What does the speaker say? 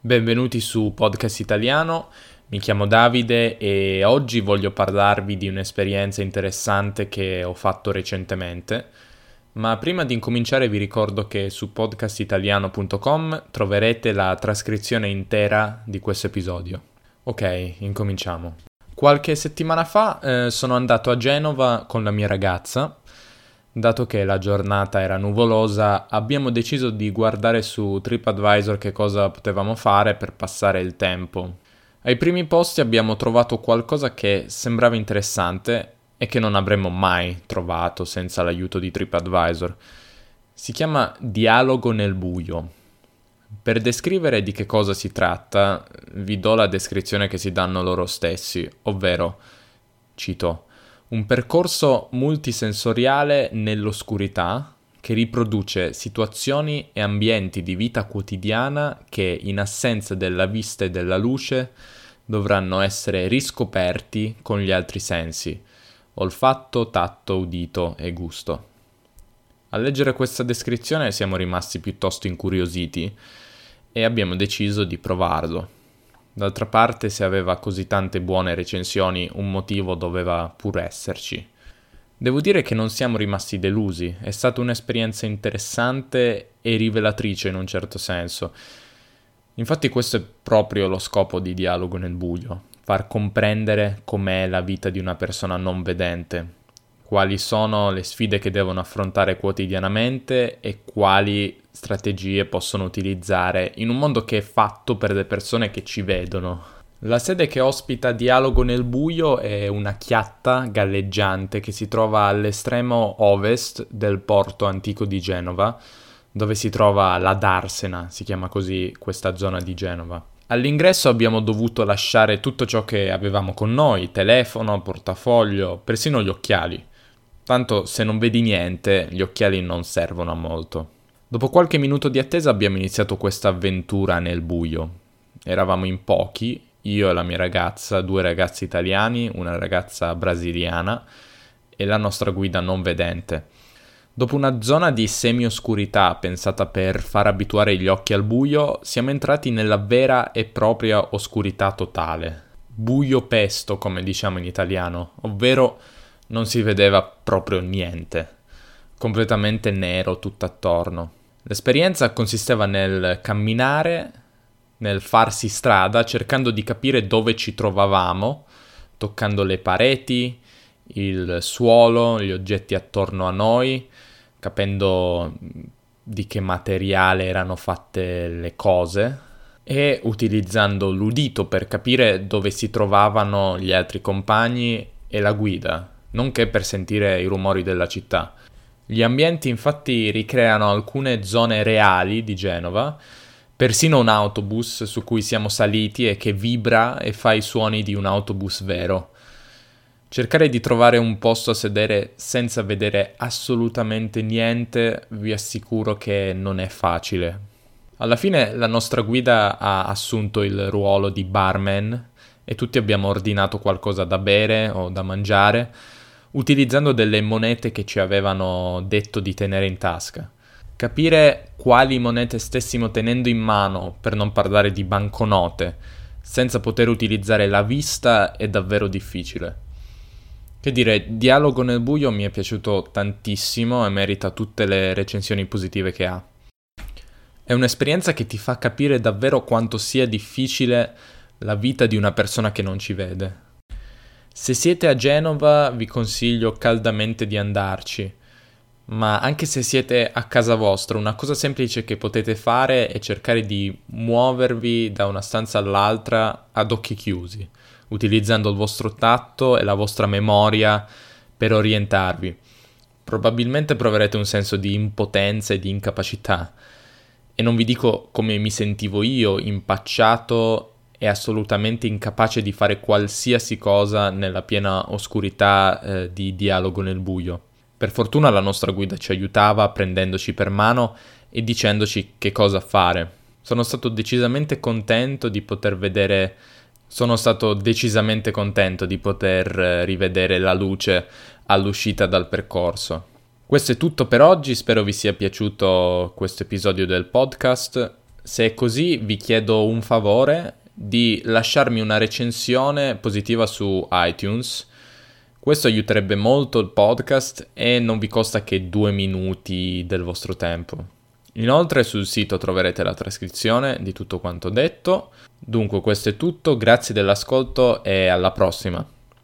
Benvenuti su Podcast Italiano, mi chiamo Davide e oggi voglio parlarvi di un'esperienza interessante che ho fatto recentemente, ma prima di incominciare vi ricordo che su podcastitaliano.com troverete la trascrizione intera di questo episodio. Ok, incominciamo. Qualche settimana fa sono andato a Genova con la mia ragazza. Dato che la giornata era nuvolosa, abbiamo deciso di guardare su TripAdvisor che cosa potevamo fare per passare il tempo. Ai primi posti abbiamo trovato qualcosa che sembrava interessante e che non avremmo mai trovato senza l'aiuto di TripAdvisor. Si chiama Dialogo nel buio. Per descrivere di che cosa si tratta, vi do la descrizione che si danno loro stessi, ovvero, cito, un percorso multisensoriale nell'oscurità che riproduce situazioni e ambienti di vita quotidiana che, in assenza della vista e della luce, dovranno essere riscoperti con gli altri sensi: olfatto, tatto, udito e gusto. A leggere questa descrizione siamo rimasti piuttosto incuriositi e abbiamo deciso di provarlo. D'altra parte, se aveva così tante buone recensioni, un motivo doveva pure esserci. Devo dire che non siamo rimasti delusi, è stata un'esperienza interessante e rivelatrice in un certo senso. Infatti questo è proprio lo scopo di Dialogo nel buio, far comprendere com'è la vita di una persona non vedente, quali sono le sfide che devono affrontare quotidianamente e quali strategie possono utilizzare in un mondo che è fatto per le persone che ci vedono. La sede che ospita Dialogo nel buio è una chiatta galleggiante che si trova all'estremo ovest del porto antico di Genova, dove si trova la Darsena, si chiama così questa zona di Genova. All'ingresso abbiamo dovuto lasciare tutto ciò che avevamo con noi: telefono, portafoglio, persino gli occhiali. Tanto se non vedi niente, gli occhiali non servono a molto. Dopo qualche minuto di attesa abbiamo iniziato questa avventura nel buio. Eravamo in pochi, io e la mia ragazza, due ragazzi italiani, una ragazza brasiliana e la nostra guida non vedente. Dopo una zona di semi-oscurità pensata per far abituare gli occhi al buio, siamo entrati nella vera e propria oscurità totale. Buio pesto, come diciamo in italiano, ovvero non si vedeva proprio niente. Completamente nero tutto attorno. L'esperienza consisteva nel camminare, nel farsi strada, cercando di capire dove ci trovavamo, toccando le pareti, il suolo, gli oggetti attorno a noi, capendo di che materiale erano fatte le cose e utilizzando l'udito per capire dove si trovavano gli altri compagni e la guida, nonché per sentire i rumori della città. Gli ambienti infatti ricreano alcune zone reali di Genova, persino un autobus su cui siamo saliti e che vibra e fa i suoni di un autobus vero. Cercare di trovare un posto a sedere senza vedere assolutamente niente, vi assicuro che non è facile. Alla fine la nostra guida ha assunto il ruolo di barman e tutti abbiamo ordinato qualcosa da bere o da mangiare, utilizzando delle monete che ci avevano detto di tenere in tasca. Capire quali monete stessimo tenendo in mano, per non parlare di banconote, senza poter utilizzare la vista è davvero difficile. Che dire, Dialogo nel buio mi è piaciuto tantissimo e merita tutte le recensioni positive che ha. È un'esperienza che ti fa capire davvero quanto sia difficile la vita di una persona che non ci vede. Se siete a Genova vi consiglio caldamente di andarci, ma anche se siete a casa vostra, una cosa semplice che potete fare è cercare di muovervi da una stanza all'altra ad occhi chiusi, utilizzando il vostro tatto e la vostra memoria per orientarvi. Probabilmente proverete un senso di impotenza e di incapacità, e non vi dico come mi sentivo io, impacciato e assolutamente incapace di fare qualsiasi cosa nella piena oscurità di Dialogo nel buio. Per fortuna la nostra guida ci aiutava prendendoci per mano e dicendoci che cosa fare. Sono stato decisamente contento di poter rivedere la luce all'uscita dal percorso. Questo è tutto per oggi, spero vi sia piaciuto questo episodio del podcast. Se è così, vi chiedo un favore di lasciarmi una recensione positiva su iTunes. Questo aiuterebbe molto il podcast e non vi costa che 2 minuti del vostro tempo. Inoltre sul sito troverete la trascrizione di tutto quanto detto. Dunque questo è tutto, grazie dell'ascolto e alla prossima.